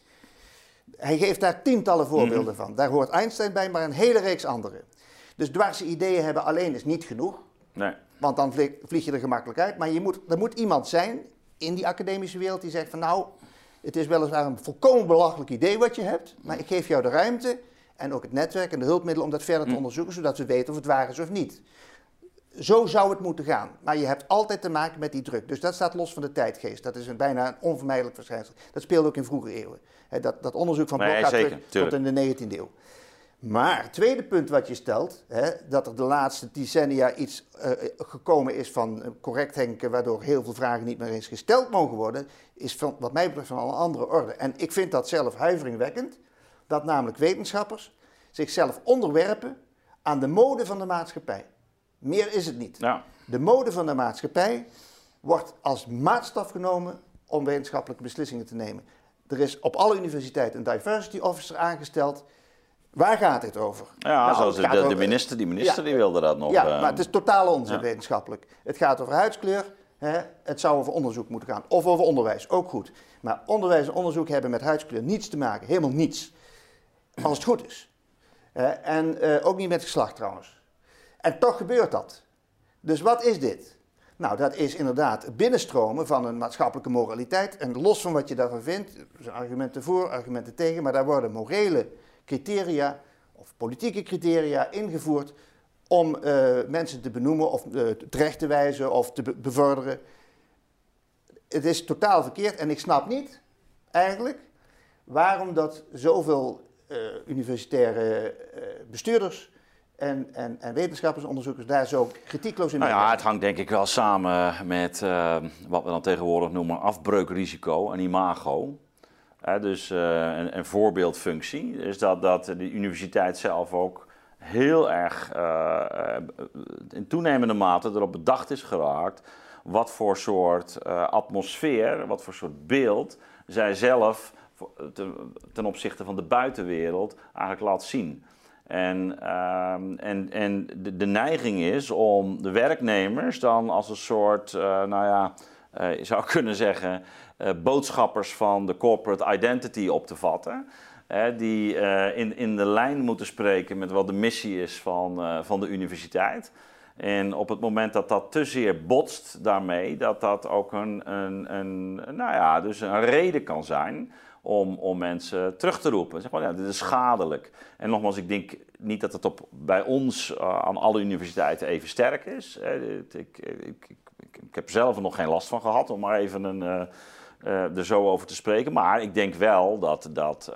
Hij geeft daar tientallen voorbeelden mm-hmm. van. Daar hoort Einstein bij, maar een hele reeks andere. Dus dwarse ideeën hebben alleen is niet genoeg, nee. Want dan vlieg, vlieg je er gemakkelijk uit. Maar je moet, er moet iemand zijn in die academische wereld die zegt van nou, het is weliswaar een volkomen belachelijk idee wat je hebt, maar ik geef jou de ruimte en ook het netwerk en de hulpmiddelen om dat verder te onderzoeken, zodat we weten of het waar is of niet. Zo zou het moeten gaan. Maar je hebt altijd te maken met die druk. Dus dat staat los van de tijdgeest. Dat is een bijna een onvermijdelijk verschijnsel. Dat speelde ook in vroege eeuwen. He, dat, dat onderzoek van Blok nee, gaat zeker, terug tuurlijk. tot in de negentiende eeuw. Maar het tweede punt wat je stelt, hè, dat er de laatste decennia iets uh, gekomen is van uh, correct denken, waardoor heel veel vragen niet meer eens gesteld mogen worden, is van, wat mij betreft van een andere orde. En ik vind dat zelf huiveringwekkend, dat namelijk wetenschappers zichzelf onderwerpen aan de mode van de maatschappij. Meer is het niet. Ja. De mode van de maatschappij wordt als maatstaf genomen om wetenschappelijke beslissingen te nemen. Er is op alle universiteiten een diversity officer aangesteld. Waar gaat dit over? Ja, nou, zoals de, over, de minister, die minister ja, die wilde dat nog. Ja, uh, maar het is totaal onzin ja. wetenschappelijk. Het gaat over huidskleur. Hè? Het zou over onderzoek moeten gaan. Of over onderwijs, ook goed. Maar onderwijs en onderzoek hebben met huidskleur niets te maken. Helemaal niets. Als het goed is. Hè? En uh, ook niet met geslacht trouwens. En toch gebeurt dat. Dus wat is dit? Nou, dat is inderdaad het binnenstromen van een maatschappelijke moraliteit. En los van wat je daarvan vindt, er zijn argumenten voor, argumenten tegen, maar daar worden morele criteria of politieke criteria ingevoerd om uh, mensen te benoemen of uh, terecht te wijzen of te be- bevorderen. Het is totaal verkeerd en ik snap niet, eigenlijk, waarom dat zoveel uh, universitaire uh, bestuurders en, en, en wetenschappersonderzoekers daar zo kritiekloos in nou zijn. ja, het hangt denk ik wel samen met uh, wat we dan tegenwoordig noemen afbreukrisico en imago. Uh, dus uh, een, een voorbeeldfunctie. Dus dat, dat de universiteit zelf ook heel erg uh, in toenemende mate erop bedacht is geraakt wat voor soort uh, atmosfeer, wat voor soort beeld zij zelf ten, ten opzichte van de buitenwereld eigenlijk laat zien. En, uh, en, en de, de neiging is om de werknemers dan als een soort, uh, nou ja, uh, je zou kunnen zeggen, uh, boodschappers van de corporate identity op te vatten. Hè, die uh, in, in de lijn moeten spreken met wat de missie is van, uh, van de universiteit. En op het moment dat dat te zeer botst daarmee, dat dat ook een, een, een, nou ja, dus een reden kan zijn om, om mensen terug te roepen. Zeg maar, ja, dit is schadelijk. En nogmaals, ik denk niet dat het op, bij ons uh, aan alle universiteiten even sterk is. Uh, ik, ik, ik, ik, ik heb zelf er nog geen last van gehad, om maar even een... Uh, Uh, er zo over te spreken. Maar ik denk wel dat dat,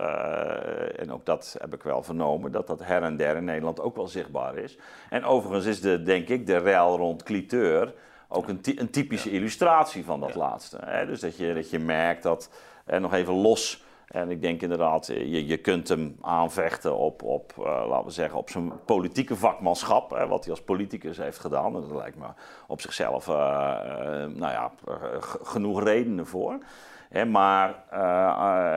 uh, en ook dat heb ik wel vernomen, dat dat her en der in Nederland ook wel zichtbaar is. En overigens is de, denk ik, de rel rond Cliteur ook een, ty- een typische ja. illustratie van dat ja. laatste. Hè? Dus dat je, dat je merkt dat, uh, nog even los, en ik denk inderdaad, je, je kunt hem aanvechten op, op uh, laten we zeggen, op zijn politieke vakmanschap, hè, wat hij als politicus heeft gedaan. Dat lijkt me op zichzelf uh, uh, nou ja, uh, g- genoeg redenen voor. Hè, maar uh,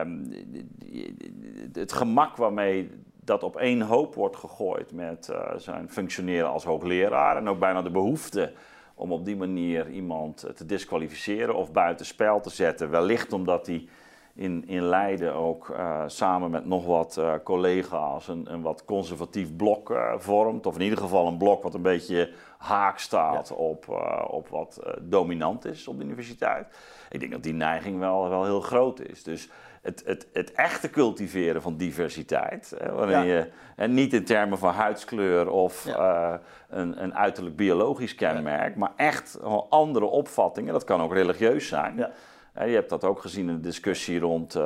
uh, het gemak waarmee dat op één hoop wordt gegooid met uh, zijn functioneren als hoogleraar en ook bijna de behoefte om op die manier iemand te disqualificeren of buitenspel te zetten, wellicht omdat hij In, in Leiden ook uh, samen met nog wat uh, collega's een, een wat conservatief blok uh, vormt. Of in ieder geval een blok wat een beetje haak staat ja. op, uh, op wat uh, dominant is op de universiteit. Ik denk dat die neiging wel, wel heel groot is. Dus het, het, het echte cultiveren van diversiteit, hè, waarin ja. je, en niet in termen van huidskleur of ja. uh, een, een uiterlijk biologisch kenmerk, ja. maar echt andere opvattingen, dat kan ook religieus zijn. Ja. Je hebt dat ook gezien in de discussie rond uh,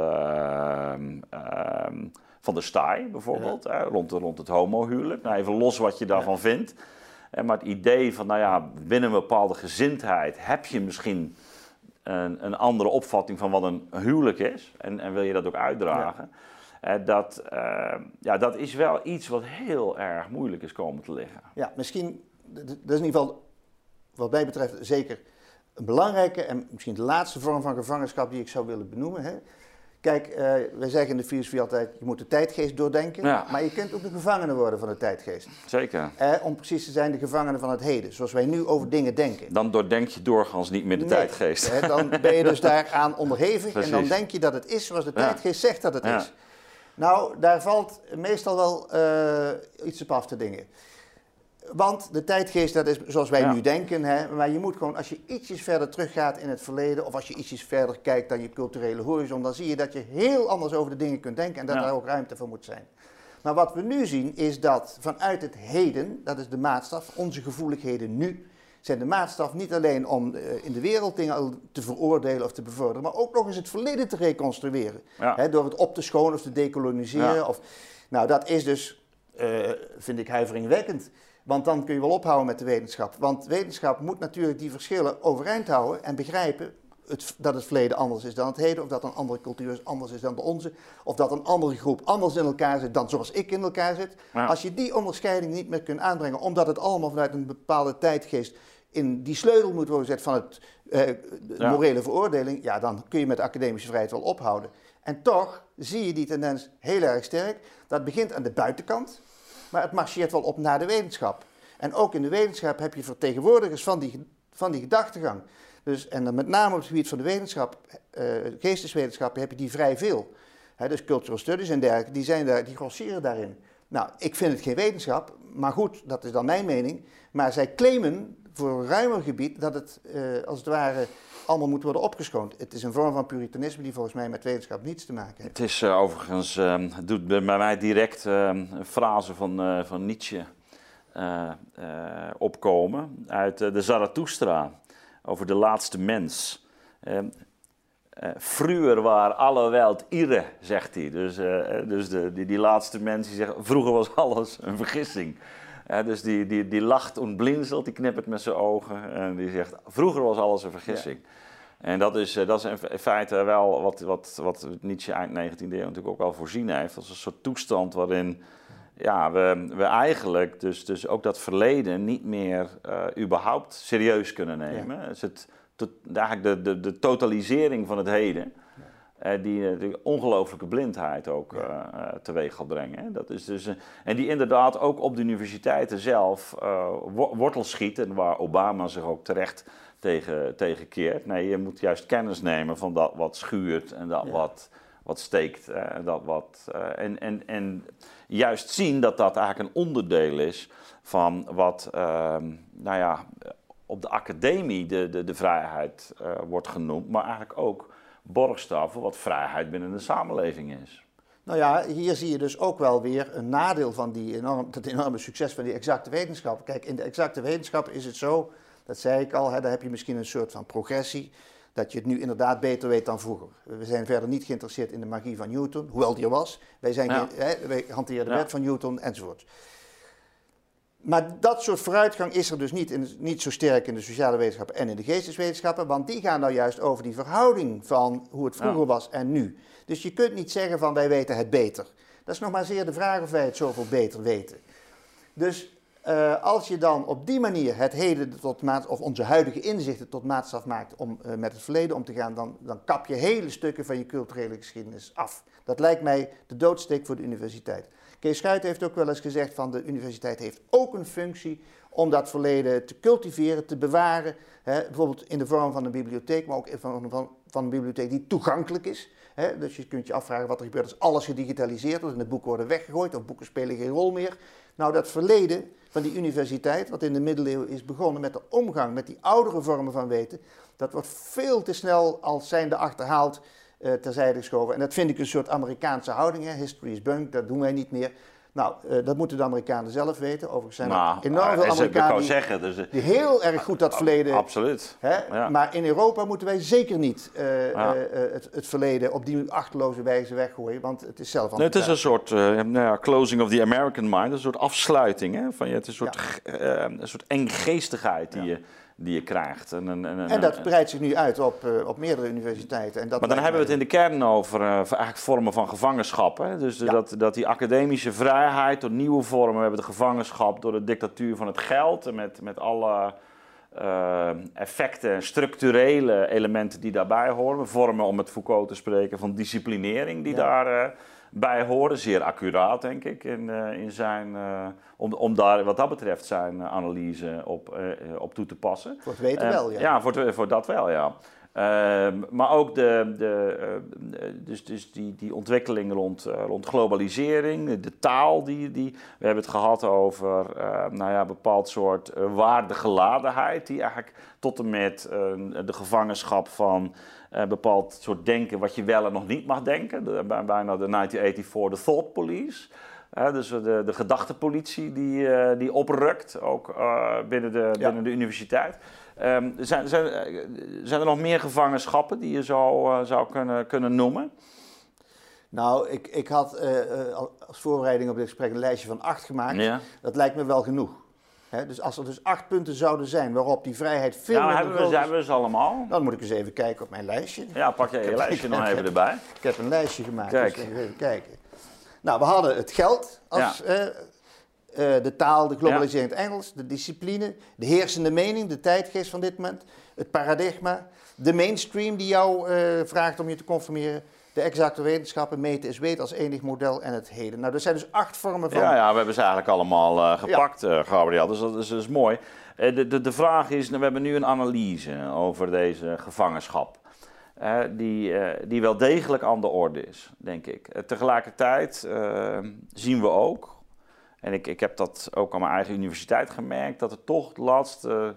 uh, Van der Staaij bijvoorbeeld, ja. hè, rond, rond het homohuwelijk. Nou, even los wat je daarvan ja. vindt. Maar het idee van, nou ja, binnen een bepaalde gezindheid heb je misschien een, een andere opvatting van wat een huwelijk is. En, en wil je dat ook uitdragen. Ja. Uh, dat, uh, ja, dat is wel iets wat heel erg moeilijk is komen te liggen. Ja, misschien, dat is in ieder geval wat mij betreft zeker een belangrijke en misschien de laatste vorm van gevangenschap die ik zou willen benoemen. Hè. Kijk, uh, wij zeggen in de filosofie altijd, je moet de tijdgeest doordenken, ja. maar je kunt ook de gevangene worden van de tijdgeest. Zeker. Uh, om precies te zijn de gevangene van het heden, zoals wij nu over dingen denken. Dan doordenk je doorgaans niet meer de nee, tijdgeest. Hè, dan ben je dus daaraan onderhevig Precies. en dan denk je dat het is zoals de ja. tijdgeest zegt dat het ja. is. Nou, daar valt meestal wel uh, iets op af te dingen. Want de tijdgeest, dat is zoals wij ja. nu denken, hè, maar je moet gewoon, als je ietsjes verder teruggaat in het verleden, of als je ietsjes verder kijkt dan je culturele horizon, dan zie je dat je heel anders over de dingen kunt denken en dat ja. daar ook ruimte voor moet zijn. Maar wat we nu zien is dat vanuit het heden, dat is de maatstaf, onze gevoeligheden nu, zijn de maatstaf niet alleen om uh, in de wereld dingen te veroordelen of te bevorderen, maar ook nog eens het verleden te reconstrueren. Ja. Hè, door het op te schonen of te decoloniseren. Ja. Of, nou, dat is dus, uh, vind ik, huiveringwekkend. Want dan kun je wel ophouden met de wetenschap. Want wetenschap moet natuurlijk die verschillen overeind houden en begrijpen het, dat het verleden anders is dan het heden, of dat een andere cultuur anders is dan de onze, of dat een andere groep anders in elkaar zit dan zoals ik in elkaar zit. Ja. Als je die onderscheiding niet meer kunt aanbrengen, omdat het allemaal vanuit een bepaalde tijdgeest in die sleutel moet worden gezet van het uh, de ja. morele veroordeling, ja, dan kun je met de academische vrijheid wel ophouden. En toch zie je die tendens heel erg sterk. Dat begint aan de buitenkant, maar het marcheert wel op naar de wetenschap. En ook in de wetenschap heb je vertegenwoordigers van die, van die gedachtegang. Dus, en dan met name op het gebied van de wetenschap, uh, geesteswetenschappen, heb je die vrij veel. He, dus cultural studies en dergelijke, die, zijn daar, die grosseren daarin. Nou, ik vind het geen wetenschap, maar goed, dat is dan mijn mening. Maar zij claimen voor een ruimer gebied dat het, uh, als het ware, allemaal moet worden opgeschoond. Het is een vorm van puritanisme die volgens mij met wetenschap niets te maken heeft. Het is uh, overigens, uh, het doet bij mij direct uh, een frase van, uh, van Nietzsche uh, uh, opkomen uit uh, de Zarathustra over de laatste mens. Uh, Uh, Vroeger waren alle welt irre, zegt hij. Dus, uh, dus de, die, die laatste mens die zegt, vroeger was alles een vergissing. Uh, dus die, die, die lacht en blinzelt, die knippert met zijn ogen en die zegt, vroeger was alles een vergissing. Ja. En dat is, uh, dat is in feite wel wat, wat, wat Nietzsche eind negentiende eeuw natuurlijk ook wel voorzien heeft. Dat is een soort toestand waarin ja, we, we eigenlijk dus, dus ook dat verleden niet meer uh, überhaupt serieus kunnen nemen. Ja. Dus het, Tot, eigenlijk de, de, de totalisering van het heden, ja. uh, die uh, de ongelooflijke blindheid ook uh, uh, teweeg gaat brengen. Hè. Dat is dus, uh, en die inderdaad ook op de universiteiten zelf uh, wo wortels schieten, waar Obama zich ook terecht tegen, tegen keert. Nee, je moet juist kennis nemen van dat wat schuurt en dat ja. wat, wat steekt. Uh, dat wat, uh, en, en, en juist zien dat dat eigenlijk een onderdeel is van wat, uh, nou ja, op de academie de, de, de vrijheid uh, wordt genoemd, maar eigenlijk ook borgstaaf voor wat vrijheid binnen de samenleving is. Nou ja, hier zie je dus ook wel weer een nadeel van die enorm, dat enorme succes van die exacte wetenschap. Kijk, in de exacte wetenschap is het zo, dat zei ik al, hè, daar heb je misschien een soort van progressie, dat je het nu inderdaad beter weet dan vroeger. We zijn verder niet geïnteresseerd in de magie van Newton, hoewel die er was. Wij, zijn ja. hè, wij hanteren de ja. wet van Newton enzovoort. Maar dat soort vooruitgang is er dus niet, in, niet zo sterk in de sociale wetenschappen en in de geesteswetenschappen, want die gaan nou juist over die verhouding van hoe het vroeger ja. was en nu. Dus je kunt niet zeggen van wij weten het beter. Dat is nog maar zeer de vraag of wij het zoveel beter weten. Dus uh, als je dan op die manier het heden tot maat, of onze huidige inzichten tot maatstaf maakt om uh, met het verleden om te gaan, dan, dan kap je hele stukken van je culturele geschiedenis af. Dat lijkt mij de doodsteek voor de universiteit. Kees Schuiten heeft ook wel eens gezegd van de universiteit heeft ook een functie om dat verleden te cultiveren, te bewaren. Hè, bijvoorbeeld in de vorm van een bibliotheek, maar ook in de vorm van, van een bibliotheek die toegankelijk is. Hè, dus je kunt je afvragen wat er gebeurt als alles gedigitaliseerd wordt en de boeken worden weggegooid of boeken spelen geen rol meer. Nou, dat verleden van die universiteit, wat in de middeleeuwen is begonnen met de omgang met die oudere vormen van weten, dat wordt veel te snel als zijnde achterhaald Uh, terzijde geschoven. En dat vind ik een soort Amerikaanse houding. Hè? History is bunk, dat doen wij niet meer. Nou, uh, dat moeten de Amerikanen zelf weten. Overigens zijn er nou, enorm veel Amerikanen die, zeggen, dus, die heel erg goed dat verleden... Absoluut. Hè? Ja. Maar in Europa moeten wij zeker niet uh, ja. uh, het, het verleden op die achterloze wijze weggooien, want het is zelf... Nee, het is een soort uh, nou ja, closing of the American mind, een soort afsluiting. Hè? Van, ja, het is een soort, ja. uh, een soort enggeestigheid die ja. je... die je krijgt. En, en, en, en dat breidt zich nu uit op, uh, op meerdere universiteiten. En dat maar dan hebben we het in de kern over uh, eigenlijk vormen van gevangenschap. Hè? Dus ja. dat, dat die academische vrijheid tot nieuwe vormen. We hebben de gevangenschap door de dictatuur van het geld. Met, met alle uh, effecten, structurele elementen die daarbij horen. Vormen, om met Foucault te spreken, van disciplinering die ja. daar... Uh, bij horen, zeer accuraat denk ik, in, uh, in zijn, uh, om, om daar wat dat betreft zijn uh, analyse op, uh, op toe te passen. Voor het weten uh, wel, ja. Ja, voor, het, voor dat wel, ja. Uh, maar ook de, de, uh, dus, dus die, die ontwikkeling rond, uh, rond globalisering, de taal, die, die, we hebben het gehad over uh, nou ja, een bepaald soort uh, waardegeladenheid, die eigenlijk tot en met uh, de gevangenschap van een uh, bepaald soort denken wat je wel en nog niet mag denken, de, bijna de negentien eenennegentig, de thought police. Uh, dus de, de gedachtepolitie die, uh, die oprukt, ook uh, binnen, de, ja. binnen de universiteit. Um, zijn, zijn, zijn er nog meer gevangenschappen die je zou, uh, zou kunnen, kunnen noemen? Nou, ik, ik had uh, als voorbereiding op dit gesprek een lijstje van acht gemaakt. Ja. Dat lijkt me wel genoeg. He, dus als er dus acht punten zouden zijn waarop die vrijheid veel ja, minder hebben we, groot is... hebben we ze allemaal? Dan moet ik eens even kijken op mijn lijstje. Ja, pak jij je lijstje nog even erbij. Ik heb een lijstje gemaakt, Kijk. dus even kijken. Nou, we hadden het geld als Ja. uh, uh, de taal, de globalisering, het Engels, de discipline, de heersende mening, de tijdgeest van dit moment, het paradigma, de mainstream die jou uh, vraagt om je te conformeren, de exacte wetenschappen, meten is weten als enig model en het heden. Nou, er zijn dus acht vormen van... Ja, ja, we hebben ze eigenlijk allemaal uh, gepakt, ja. uh, Gabriel, dus dat is, dat is mooi. Uh, de, de, de vraag is, we hebben nu een analyse over deze gevangenschap. Uh, die, uh, die wel degelijk aan de orde is, denk ik. Uh, tegelijkertijd uh, zien we ook, en ik, ik heb dat ook aan mijn eigen universiteit gemerkt, dat er toch de laatste uh,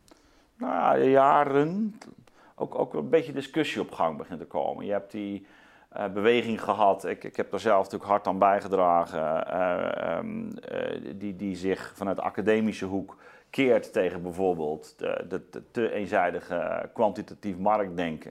nou ja, jaren ook, ook een beetje discussie op gang begint te komen. Je hebt die uh, beweging gehad, ik, ik heb daar zelf natuurlijk hard aan bijgedragen, uh, um, uh, die, die zich vanuit de academische hoek keert tegen bijvoorbeeld de, de, de te eenzijdige kwantitatief marktdenken.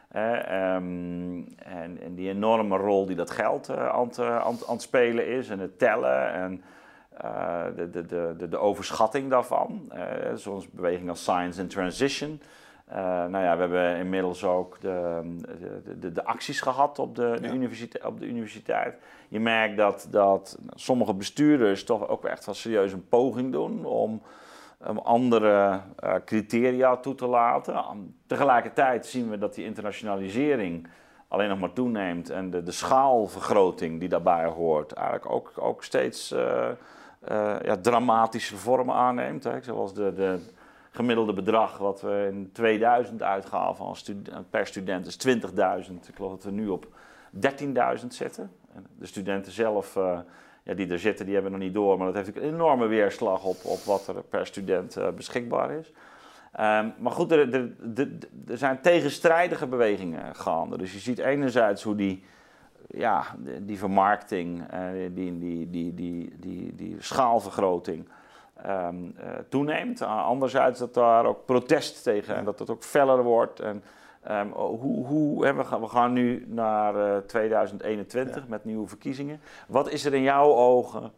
Uh, um, en, en die enorme rol die dat geld uh, aan, te, aan, aan het spelen is en het tellen en uh, de, de, de, de, de overschatting daarvan. Uh, zoals beweging als Science in Transition. Uh, nou ja, we hebben inmiddels ook de, de, de, de acties gehad op de, de, ja. universiteit, op de universiteit. Je merkt dat, dat sommige bestuurders toch ook echt wel serieus een poging doen om... om andere uh, criteria toe te laten. Um, tegelijkertijd zien we dat die internationalisering alleen nog maar toeneemt en de, de schaalvergroting die daarbij hoort eigenlijk ook, ook steeds uh, uh, ja, dramatische vormen aanneemt. Hè. Zoals de, de gemiddelde bedrag wat we in tweeduizend uitgaven als student, per student is twintigduizend. Ik geloof dat we nu op dertienduizend zitten. En de studenten zelf... Uh, Ja, die er zitten, die hebben nog niet door, maar dat heeft natuurlijk een enorme weerslag op, op wat er per student uh, beschikbaar is. Um, maar goed, er, er, er, er zijn tegenstrijdige bewegingen gaande. Dus je ziet enerzijds hoe die, ja, die, die vermarkting, uh, die, die, die, die, die, die schaalvergroting um, uh, toeneemt. Uh, anderzijds dat daar ook protest tegen en dat het ook feller wordt. En, Um, hoe, hoe, hè, we, gaan, we gaan nu naar uh, tweeduizend eenentwintig ja. met nieuwe verkiezingen. Wat is er in jouw ogen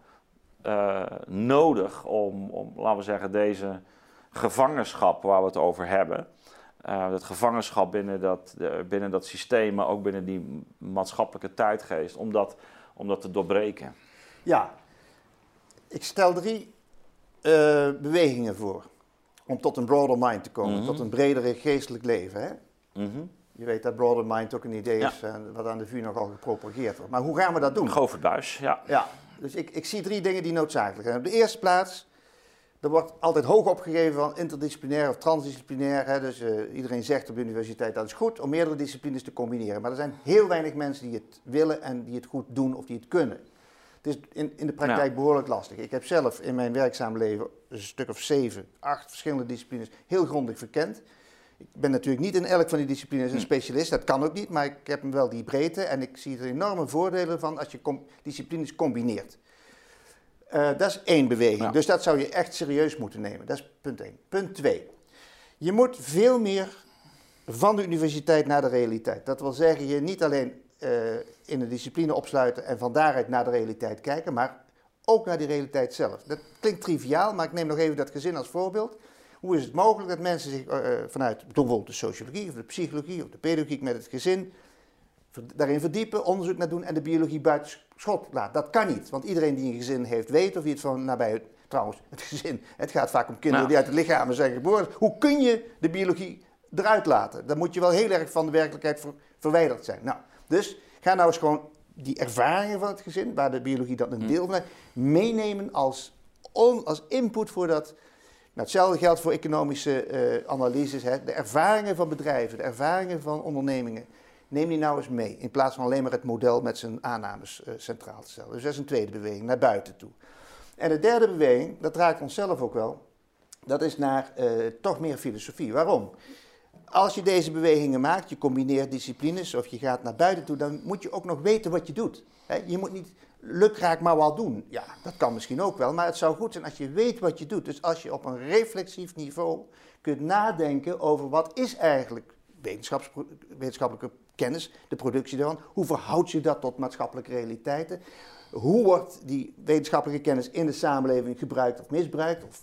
uh, nodig om, om, laten we zeggen, deze gevangenschap waar we het over hebben... Uh, dat gevangenschap binnen dat, de, binnen dat systeem, maar ook binnen die maatschappelijke tijdgeest, om dat, om dat te doorbreken? Ja, ik stel drie uh, bewegingen voor om tot een broader mind te komen, mm-hmm. tot een bredere geestelijk leven, hè? Mm-hmm. Je weet dat broader mind ook een idee is ja. uh, wat aan de V U nogal gepropageerd wordt. Maar hoe gaan we dat doen? Govert Buys, ja. ja. Dus ik, ik zie drie dingen die noodzakelijk zijn. Op de eerste plaats, er wordt altijd hoog opgegeven van interdisciplinair of transdisciplinair. Hè? Dus uh, iedereen zegt op de universiteit dat is goed om meerdere disciplines te combineren. Maar er zijn heel weinig mensen die het willen en die het goed doen of die het kunnen. Het is in, in de praktijk ja. behoorlijk lastig. Ik heb zelf in mijn werkzaam leven een stuk of zeven, acht verschillende disciplines heel grondig verkend. Ik ben natuurlijk niet in elk van die disciplines een specialist, dat kan ook niet, maar ik heb hem wel die breedte en ik zie er enorme voordelen van als je com- disciplines combineert. Uh, dat is één beweging, ja. Dus dat zou je echt serieus moeten nemen. Dat is punt één. Punt twee. Je moet veel meer van de universiteit naar de realiteit. Dat wil zeggen, je niet alleen uh, in een discipline opsluiten en van daaruit naar de realiteit kijken, maar ook naar die realiteit zelf. Dat klinkt triviaal, maar ik neem nog even dat gezin als voorbeeld. Hoe is het mogelijk dat mensen zich uh, vanuit bijvoorbeeld de sociologie of de psychologie of de pedagogiek met het gezin daarin verdiepen, onderzoek naar doen en de biologie buiten schot laten? Dat kan niet, want iedereen die een gezin heeft weet of die het van nabij, trouwens het gezin, het gaat vaak om kinderen ja. die uit het lichaam zijn geboren. Hoe kun je de biologie eruit laten? Dan moet je wel heel erg van de werkelijkheid ver, verwijderd zijn. Nou, dus ga nou eens gewoon die ervaringen van het gezin, waar de biologie dan een deel van is, meenemen als, on, als input voor dat. Nou, hetzelfde geldt voor economische uh, analyses. Hè. De ervaringen van bedrijven, de ervaringen van ondernemingen. Neem die nou eens mee, in plaats van alleen maar het model met zijn aannames uh, centraal te stellen. Dus dat is een tweede beweging, naar buiten toe. En de derde beweging, dat raakt onszelf ook wel, dat is naar uh, toch meer filosofie. Waarom? Als je deze bewegingen maakt, je combineert disciplines of je gaat naar buiten toe, dan moet je ook nog weten wat je doet. Hè. Je moet niet lukraak maar wel doen. Ja, dat kan misschien ook wel, maar het zou goed zijn als je weet wat je doet. Dus als je op een reflexief niveau kunt nadenken over wat is eigenlijk wetenschappelijke kennis, de productie daarvan, hoe verhoudt zich dat tot maatschappelijke realiteiten, hoe wordt die wetenschappelijke kennis in de samenleving gebruikt of misbruikt, of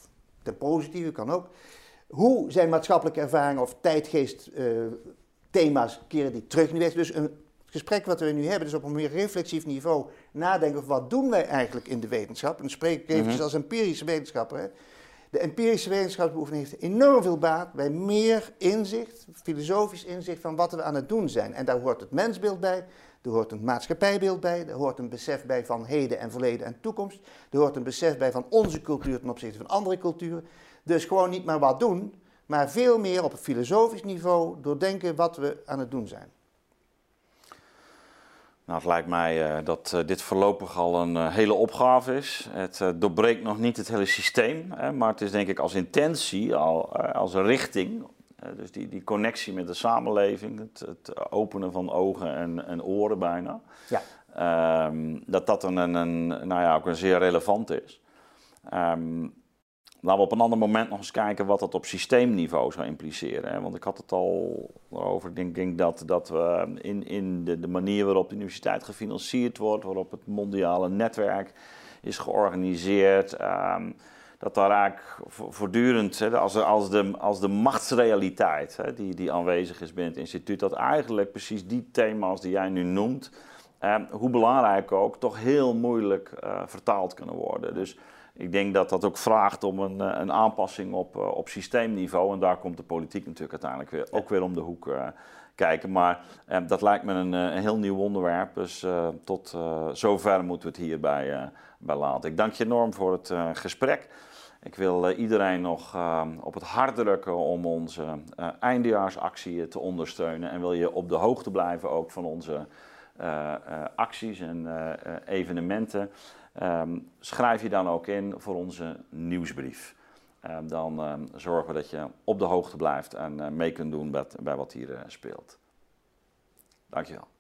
ten positieve kan ook. Hoe zijn maatschappelijke ervaringen of tijdgeest uh, thema's keren die terug in de wetenschap? Dus een gesprek wat we nu hebben, dus op een meer reflexief niveau nadenken over wat doen wij eigenlijk in de wetenschap. En dan spreek ik eventjes als empirische wetenschapper. Hè. De empirische wetenschapsbeoefening heeft enorm veel baat bij meer inzicht, filosofisch inzicht van wat we aan het doen zijn. En daar hoort het mensbeeld bij, er hoort een maatschappijbeeld bij, er hoort een besef bij van heden en verleden en toekomst. Er hoort een besef bij van onze cultuur ten opzichte van andere culturen. Dus gewoon niet maar wat doen, maar veel meer op het filosofisch niveau doordenken wat we aan het doen zijn. Nou, het lijkt mij uh, dat uh, dit voorlopig al een uh, hele opgave is. Het uh, doorbreekt nog niet het hele systeem, hè, maar het is denk ik als intentie, al, uh, als richting, uh, dus die, die connectie met de samenleving, het, het openen van ogen en, en oren bijna, ja. um, dat dat een, een, een, nou ja, ook een zeer relevant is. Um, Laten we op een ander moment nog eens kijken wat dat op systeemniveau zou impliceren. Hè? Want ik had het al over, denk ik, dat, dat we in, in de, de manier waarop de universiteit gefinancierd wordt, waarop het mondiale netwerk is georganiseerd, um, dat daar eigenlijk voortdurend, hè, als, de, als, de, als de machtsrealiteit hè, die, die aanwezig is binnen het instituut, dat eigenlijk precies die thema's die jij nu noemt, um, hoe belangrijk ook, toch heel moeilijk uh, vertaald kunnen worden. Dus ik denk dat dat ook vraagt om een, een aanpassing op, op systeemniveau. En daar komt de politiek natuurlijk uiteindelijk weer, ook weer om de hoek uh, kijken. Maar uh, dat lijkt me een, een heel nieuw onderwerp. Dus uh, tot uh, zover moeten we het hierbij uh, bij laten. Ik dank je enorm voor het uh, gesprek. Ik wil uh, iedereen nog uh, op het hart drukken om onze uh, eindejaarsactie te ondersteunen. En wil je op de hoogte blijven ook van onze uh, uh, acties en uh, uh, evenementen. Um, schrijf je dan ook in voor onze nieuwsbrief. Um, dan um, zorgen we dat je op de hoogte blijft en uh, mee kunt doen bij, bij wat hier uh, speelt. Dankjewel.